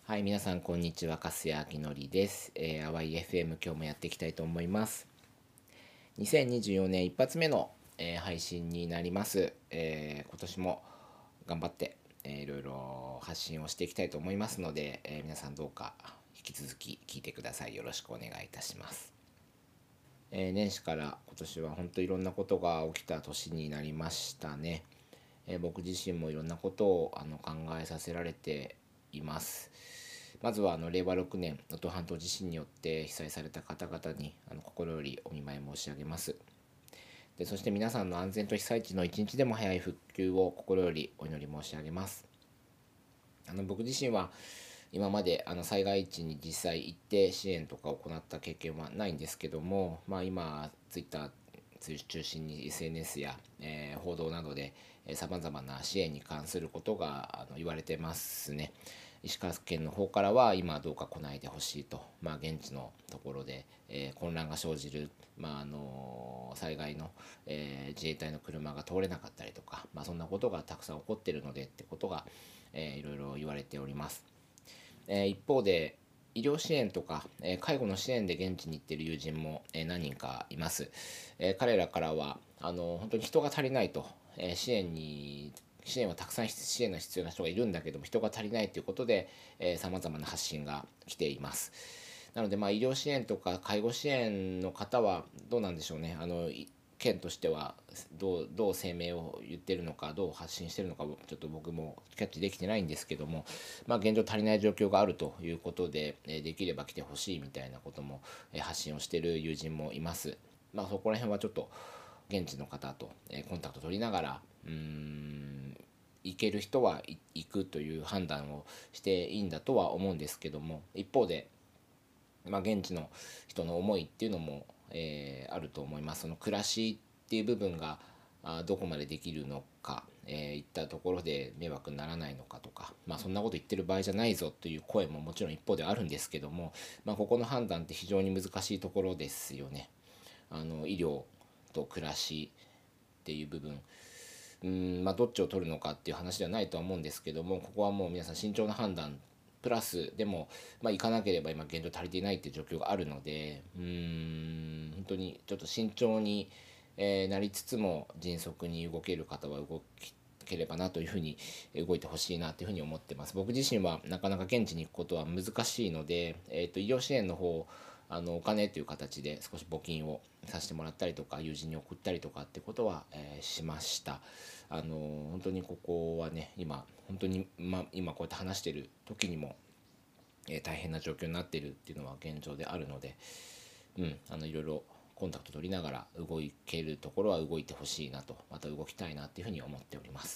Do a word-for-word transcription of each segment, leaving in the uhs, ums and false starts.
はい、皆さん、こんにちは。粕谷明則です。えー、アワイ エフエム、今日もやっていきたいと思います。にせんにじゅうよねん一発目の、えー配信になります。えー今年も頑張って、えーいろいろ発信をしていきたいと思いますので、えー皆さんどうか引き続き聞いてください。よろしくお願いいたします。えー年始から今年は本当いろんなことが起きた年になりましたね。えー僕自身もいろんなことをあの考えさせられています。まずはあの令和ろくねん能登半島地震によって被災された方々にあの心よりお見舞い申し上げます。でそして皆さんの安全と被災地の一日でも早い復旧を心よりお祈り申し上げます。あの僕自身は今まであの災害地に実際行って支援とかを行った経験はないんですけども、まあ、今ツイッター中心に エスエヌエス や、えー報道などでさまざまな支援に関することがあの言われてますね。石川県の方からは今どうか来ないでほしいと、まあ、現地のところで、えー混乱が生じる、まあ、あの災害の、えー自衛隊の車が通れなかったりとか、まあ、そんなことがたくさん起こっているのでってことが、えーいろいろ言われております。えー一方で医療支援とか、えー介護の支援で現地に行っている友人も、えー何人かいます。えー彼らからはあの本当に人が足りないと、えー支援に支援はたくさん支援が必要な人がいるんだけども人が足りないということでさまざまな発信が来ています。なので、まあ、医療支援とか介護支援の方はどうなんでしょうね。あの県としてはどうどう声明を言ってるのかどう発信してるのかちょっと僕もキャッチできてないんですけども、まあ、現状足りない状況があるということでできれば来てほしいみたいなことも発信をしている友人もいます。まあ、そこら辺はちょっと現地の方とコンタクト取りながらうーん行ける人は行くという判断をしていいんだとは思うんですけども、一方でまあ、現地の人の思いっていうのも、えーあると思います。その暮らしっていう部分があどこまでできるのか、えー、いったところで迷惑にならないのかとか、まあ、そんなこと言ってる場合じゃないぞという声ももちろん一方であるんですけども、まあ、ここの判断って非常に難しいところですよね。あの医療と暮らしっていう部分うん、まあ、どっちを取るのかっていう話ではないとは思うんですけども、ここはもう皆さん慎重な判断プラスでも、まあ、行かなければ今現状足りていないっていう状況があるので、うーん本当にちょっと慎重に、えーなりつつも迅速に動ける方は動ければなというふうに動いてほしいなというふうに思ってます。僕自身はなかなか現地に行くことは難しいので、えー、と医療支援の方あのお金という形で少し募金をさせてもらったりとか友人に送ったりとかってことは、えーしました。あの本当にここはね今本当に、ま、今こうやって話してる時にも、えー大変な状況になっているっていうのは現状であるので、うん、あのいろいろコンタクト取りながら動けるところは動いてほしいなと、また動きたいなっていうふうに思っております。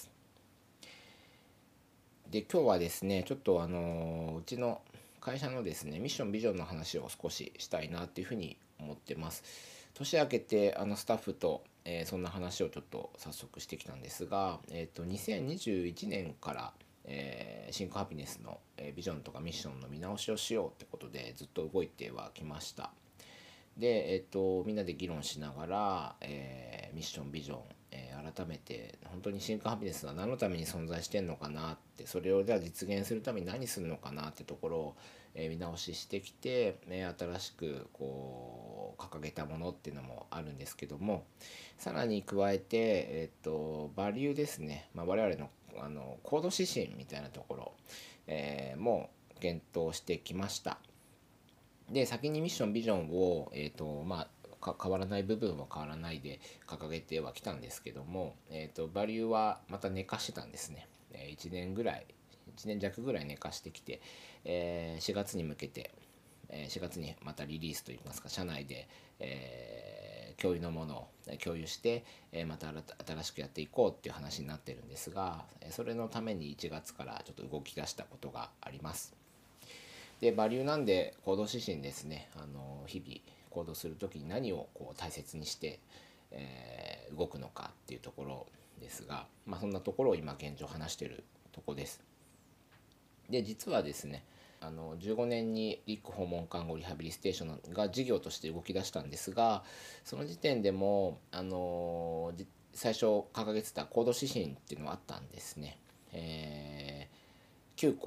で今日はですねちょっとあのうちの会社のですねミッションビジョンの話を少ししたいなっていうふうに思ってます。年明けてあのスタッフと、えーそんな話をちょっと早速してきたんですが、えー、とにせんにじゅういちねんから、えーシンクハピネスの、えービジョンとかミッションの見直しをしようってことでずっと動いてはきました。で、えっと、みんなで議論しながら、えーミッションビジョン、えー改めて本当にシンクハピネスは何のために存在してんのかなって、それをじゃあ実現するために何するのかなってところを、えー見直ししてきて、えー新しくこう掲げたものっていうのもあるんですけども、さらに加えて、えっと、バリューですね、まあ、我々のあの行動指針みたいなところ、えーも検討してきました。で先にミッションビジョンを、えーとまあ、変わらない部分は変わらないで掲げてはきたんですけども、えーと、バリューはまた寝かしてたんですね。いちねんぐらいいちねん弱ぐらい寝かしてきて、えーしがつに向けて、えーしがつにまたリリースといいますか社内で、えー共有のものを共有して、えーまた新しくやっていこうっていう話になってるんですが、それのためにいちがつからちょっと動き出したことがあります。でバリューなんで行動指針ですね。あの日々行動する時に何をこう大切にして、えー動くのかっていうところですが、まあ、そんなところを今現状話しているところです。で実はですねあのじゅうごねんにリック訪問看護リハビリステーションが事業として動き出したんですが、その時点でもあの最初掲げてた行動指針っていうのはあったんですね。えー、きゅうこ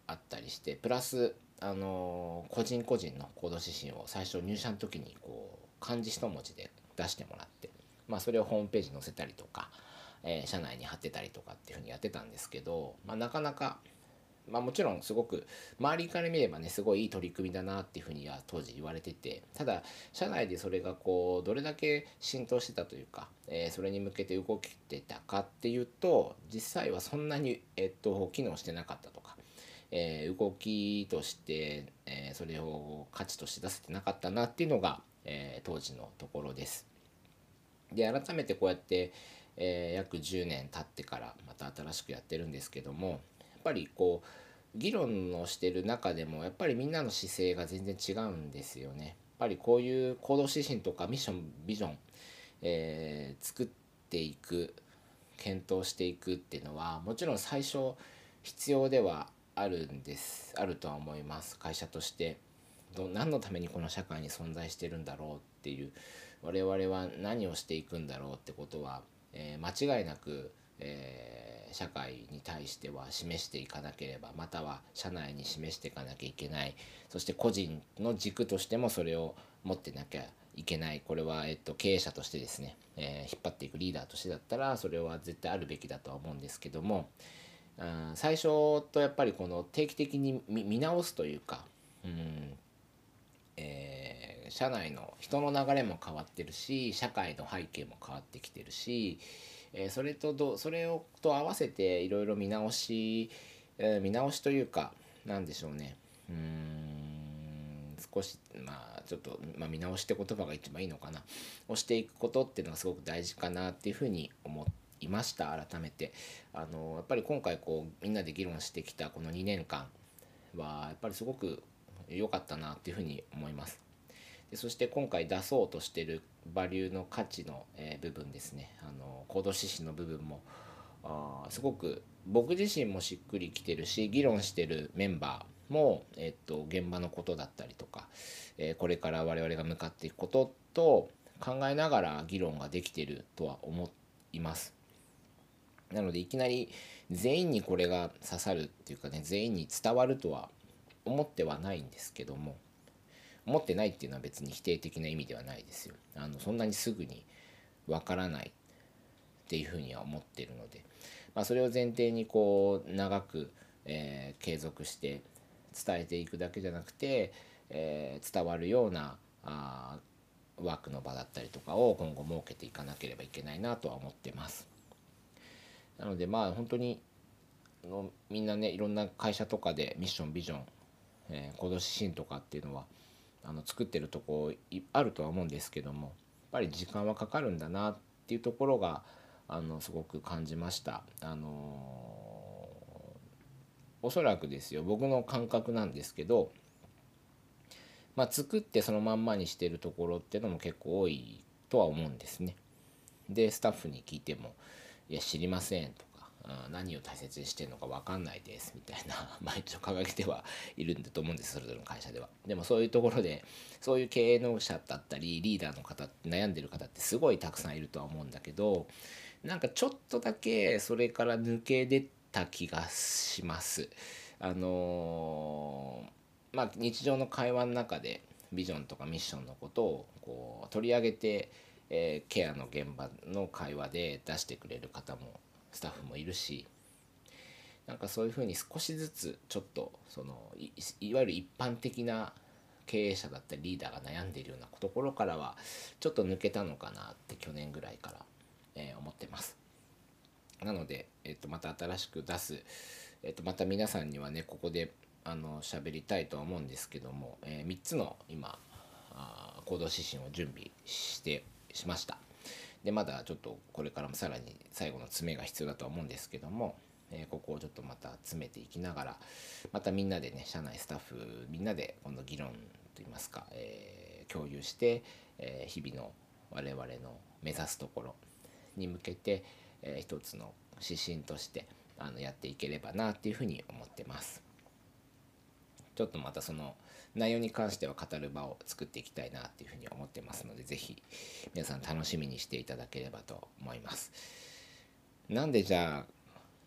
あったりして、プラスあの個人個人の行動指針を最初入社の時にこう漢字一文字で出してもらって、まあ、それをホームページに載せたりとか、えー社内に貼ってたりとかっていうふうにやってたんですけど、まあ、なかなか、まあ、もちろんすごく周りから見ればねすごいいい取り組みだなっていうふうには当時言われてて、ただ社内でそれがこうどれだけ浸透してたというか、えーそれに向けて動けてたかっていうと、実際はそんなに、えっと、機能してなかったとか、えー動きとして、えーそれを価値として出せてなかったなっていうのが、えー当時のところです。で改めてこうやって、えー約じゅうねん経ってからまた新しくやってるんですけども、やっぱりこう議論をしてる中でもやっぱりみんなの姿勢が全然違うんですよね。やっぱりこういう行動指針とかミッションビジョン、えー作っていく、検討していくっていうのはもちろん最初必要ではあるんですあるとは思います。会社としてど何のためにこの社会に存在してるんだろうっていう、我々は何をしていくんだろうってことは、えー間違いなく、えー社会に対しては示していかなければ、または社内に示していかなきゃいけない。そして個人の軸としてもそれを持ってなきゃいけない。これは、えっと、経営者としてですね、えー引っ張っていくリーダーとしてだったらそれは絶対あるべきだとは思うんですけども、うん、最初とやっぱりこの定期的に見見直すというか、うんえー社内の人の流れも変わってるし、社会の背景も変わってきてるし、えーそれとどそれをと合わせていろいろ見直し、えー見直しというか、なんでしょうね、うーん少しまあちょっと、まあ、見直しって言葉が一番いいのかな、をしていくことっていうのがすごく大事かなっていうふうに思いました。改めてあのやっぱり今回こうみんなで議論してきたこのにねんかんはやっぱりすごく良かったなっていうふうに思います。でそして今回出そうとしているバリューの価値の、えー部分ですね、あの行動指針の部分もあーすごく僕自身もしっくりきてるし、議論してるメンバーも、えっと、現場のことだったりとか、えーこれから我々が向かっていくことと考えながら議論ができているとは思います。なのでいきなり全員にこれが刺さるっていうかね、全員に伝わるとは思ってはないんですけども、思ってないっていうのは別に否定的な意味ではないですよ。あのそんなにすぐにわからないっていうふうには思っているので、まあ、それを前提にこう長く、えー継続して伝えていくだけじゃなくて、えー伝わるようなあワークの場だったりとかを今後設けていかなければいけないなとは思ってます。なのでまあ本当にのみんなね、いろんな会社とかでミッションビジョン、えー行動指針とかっていうのはあの作ってるとこあるとは思うんですけども、やっぱり時間はかかるんだなっていうところがあのすごく感じました。あのおそらくですよ、僕の感覚なんですけど、まあ、作ってそのまんまにしてるところっていうのも結構多いとは思うんですね。でスタッフに聞いても「いや知りません」とか「何を大切にしてるのか分かんないです」みたいなまあ一応掲げてはいるんだと思うんです、それぞれの会社では。でもそういうところでそういう経営の者だったりリーダーの方、悩んでる方ってすごいたくさんいるとは思うんだけど、なんかちょっとだけそれから抜け出た気がします。あのーまあ日常の会話の中でビジョンとかミッションのことをこう取り上げて、えーケアの現場の会話で出してくれる方もスタッフもいるし、なんかそういうふうに少しずつちょっとその い, いわゆる一般的な経営者だったりリーダーが悩んでいるようなところからはちょっと抜けたのかなって去年ぐらいから、えー思ってます。なので、えっと、また新しく出す、えっと、また皆さんにはねここであの喋りたいとは思うんですけども、えーみっつの今あ行動指針を準備してしました。でまだちょっとこれからもさらに最後の詰めが必要だとは思うんですけども、えーここをちょっとまた詰めていきながら、またみんなでね社内スタッフみんなで今度議論といいますか、えー共有して、えー日々の我々の目指すところに向けて、えー一つの指針としてあのやっていければなっていうふうに思ってます。ちょっとまたその内容に関しては語る場を作っていきたいなっていうふうに思ってますので、ぜひ皆さん楽しみにしていただければと思います。なんでじゃあ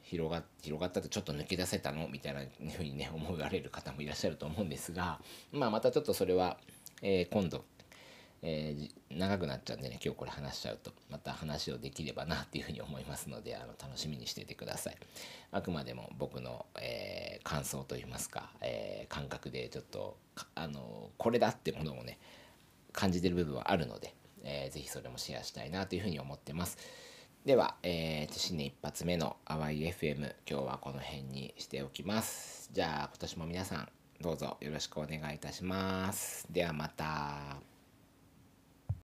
広が広がったとちょっと抜け出せたのみたいなふうにね思われる方もいらっしゃると思うんですが、まあ、またちょっとそれは、えー今度、えー長くなっちゃうんでね、今日これ話しちゃうとまた話をできればなっていうふうに思いますので、あの楽しみにしていてください。あくまでも僕の、えー感想といいますか、えー感覚でちょっとあのこれだってものをね感じてる部分はあるので、えーぜひそれもシェアしたいなというふうに思ってます。では、えー新年一発目の淡い エフエム、今日はこの辺にしておきます。じゃあ今年も皆さんどうぞよろしくお願いいたします。ではまた。